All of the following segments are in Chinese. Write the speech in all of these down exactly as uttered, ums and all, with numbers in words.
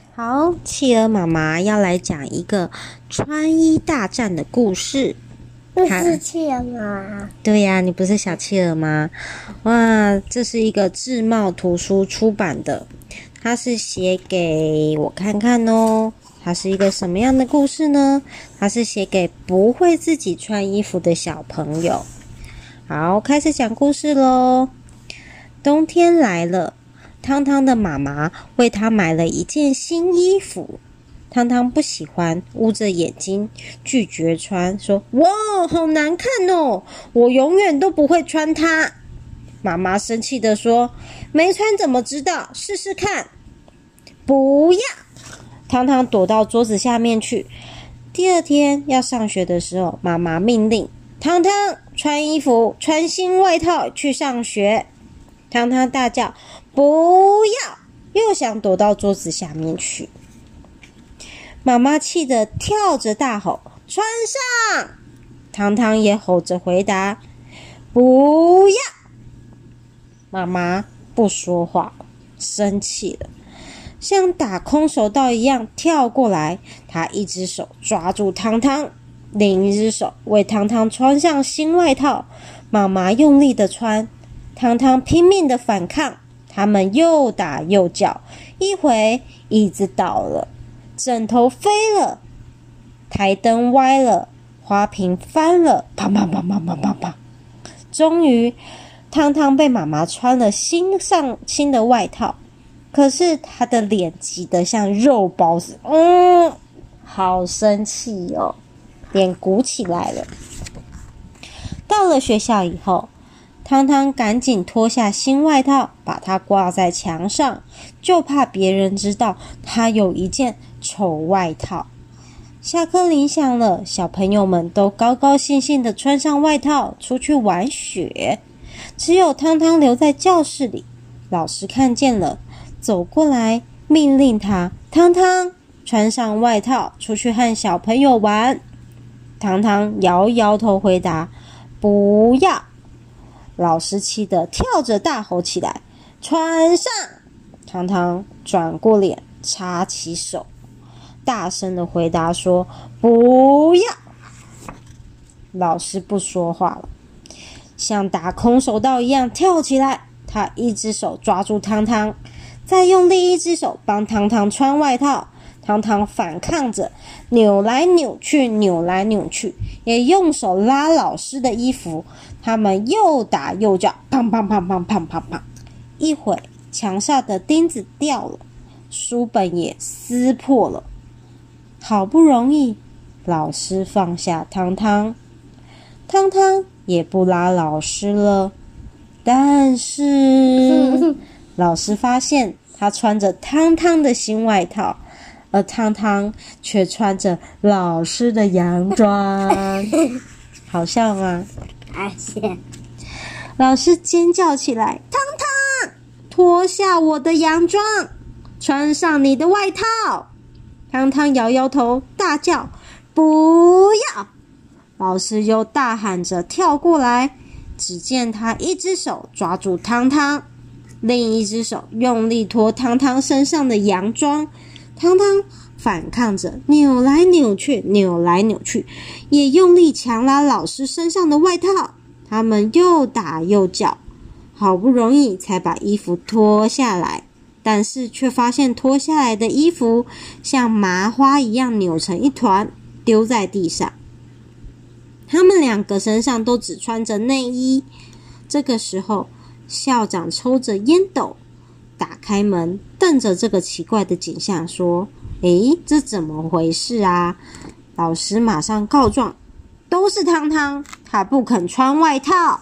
好，企鹅妈妈要来讲一个穿衣大战的故事。 不是企鹅吗？ 对呀、啊，你不是小企鹅吗？哇，这是一个智茂图书出版的，它是写给我看看哦。它是一个什么样的故事呢？它是写给不会自己穿衣服的小朋友。好，开始讲故事咯。冬天来了，汤汤的妈妈为他买了一件新衣服。汤汤不喜欢，捂着眼睛拒绝穿，说：“哇，好难看哦，我永远都不会穿它。”妈妈生气地说：“没穿怎么知道？试试看。”不要！汤汤躲到桌子下面去。第二天要上学的时候，妈妈命令汤汤穿衣服，穿新外套去上学。汤汤大叫：“不要！”又想躲到桌子下面去。妈妈气得跳着大吼：“穿上！”汤汤也吼着回答：“不要！”妈妈不说话，生气了，像打空手道一样跳过来。她一只手抓住汤汤，另一只手为汤汤穿上新外套。妈妈用力的穿，汤汤拼命的反抗。他们又打又叫，一会椅子倒了，枕头飞了，台灯歪了，花瓶翻了，砰砰砰砰砰砰砰。终于，汤汤被妈妈穿了新上新的外套，可是他的脸急得像肉包子，嗯，好生气哦，脸鼓起来了。到了学校以后，汤汤赶紧脱下新外套，把它挂在墙上，就怕别人知道他有一件丑外套。下课铃响了，小朋友们都高高兴兴地穿上外套出去玩雪，只有汤汤留在教室里。老师看见了，走过来命令他：“汤汤，穿上外套出去和小朋友玩。”汤汤摇摇头回答：“不要。”老师气得跳着大吼起来：“穿上！”汤汤转过脸，插起手，大声的回答说：“不要！”老师不说话了，像打空手道一样跳起来。他一只手抓住汤汤，再用另一只手帮汤汤穿外套。汤汤反抗着，扭来扭去，扭来扭去，也用手拉老师的衣服。他们又打又叫，砰砰砰砰砰砰砰。一会墙上的钉子掉了，书本也撕破了。好不容易，老师放下汤汤，汤汤也不拉老师了。但是，老师发现他穿着汤汤的新外套，而汤汤却穿着老师的洋装，好笑吗？ 好笑。 老师尖叫起来：“汤汤，脱下我的洋装，穿上你的外套！”汤汤摇摇头，大叫：“不要！”老师又大喊着跳过来，只见他一只手抓住汤汤，另一只手用力脱汤汤身上的洋装。汤汤反抗着，扭来扭去，扭来扭去，也用力强拉老师身上的外套。他们又打又叫，好不容易才把衣服脱下来，但是却发现脱下来的衣服像麻花一样扭成一团，丢在地上。他们两个身上都只穿着内衣。这个时候，校长抽着烟斗，打开门，瞪着这个奇怪的景象说：“诶，这怎么回事啊？”老师马上告状：“都是汤汤，他不肯穿外套。”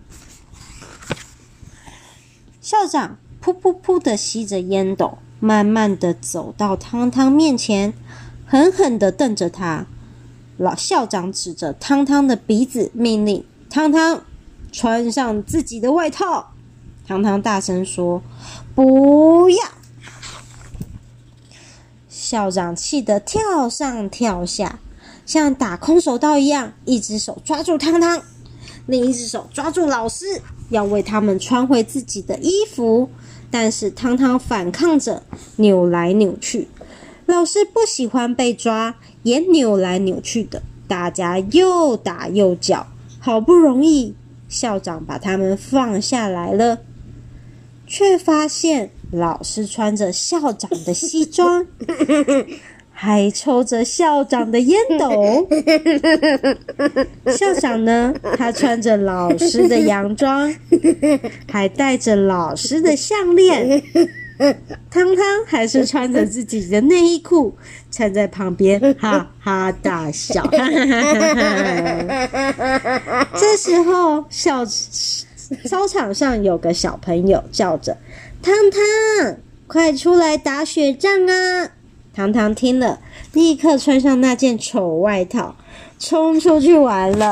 校长噗噗噗地吸着烟斗，慢慢地走到汤汤面前，狠狠地瞪着他。老校长指着汤汤的鼻子，命令汤汤穿上自己的外套。汤汤大声说：“不要！”校长气得跳上跳下，像打空手道一样，一只手抓住汤汤，另一只手抓住老师，要为他们穿回自己的衣服。但是汤汤反抗着，扭来扭去， 老师不喜欢被抓，也扭来扭去的，大家又打又叫，好不容易校长把他们放下来了，却发现老师穿着校长的西装，还抽着校长的烟斗。校长呢，他穿着老师的洋装，还戴着老师的项链。汤汤还是穿着自己的内衣裤，站在旁边哈哈大笑。这时候，校操场上有个小朋友叫着：“汤汤，快出来打雪仗啊！”汤汤听了，立刻穿上那件丑外套，冲出去玩了。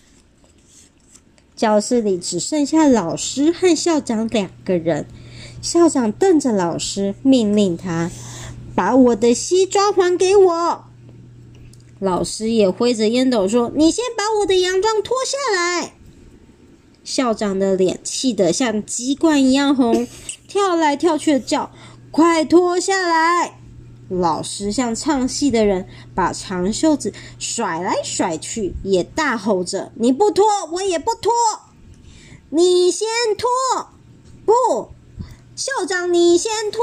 教室里只剩下老师和校长两个人。校长瞪着老师，命令他把我的西装还给我。老师也挥着烟斗说：“你先把我的洋装脱下来。”校长的脸气得像鸡冠一样红，跳来跳去的叫：“快脱下来！”老师像唱戏的人，把长袖子甩来甩去，也大吼着：“你不脱，我也不脱！你先脱！不！校长，你先脱！”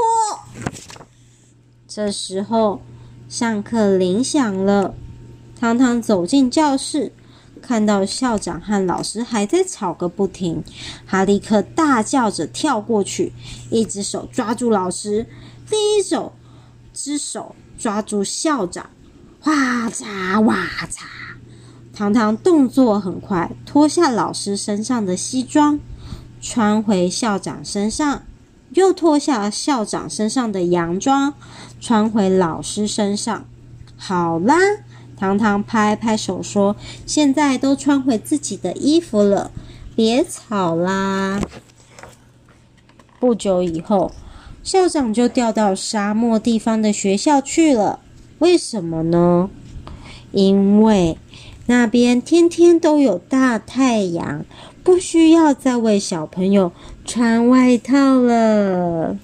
这时候，上课铃响了。汤汤走进教室，看到校长和老师还在吵个不停，他立刻大叫着跳过去，一只手抓住老师，另一手只手抓住校长，哇嚓哇嚓！汤汤动作很快，脱下老师身上的西装，穿回校长身上。又脱下校长身上的洋装，穿回老师身上。好啦，汤汤拍拍手说：“现在都穿回自己的衣服了，别吵啦。”不久以后，校长就调到沙漠地方的学校去了。为什么呢？因为那边天天都有大太阳，不需要再为小朋友穿外套了。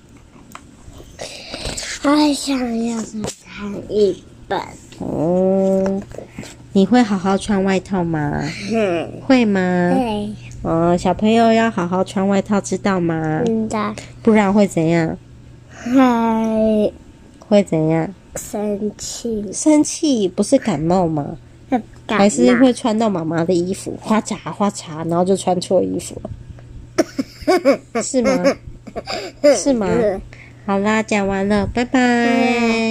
我想要再看一本。 哦，你会好好穿外套吗？ 嗯， 会吗？ 对， 哦，小朋友要好好穿外套，知道吗？ 知道。 不然会怎样？ 还会怎样？ 生气， 生气不是感冒吗？还是会穿到妈妈的衣服，哗嚓哗嚓，然后就穿错衣服了，是吗？是吗？好啦，讲完了，拜拜。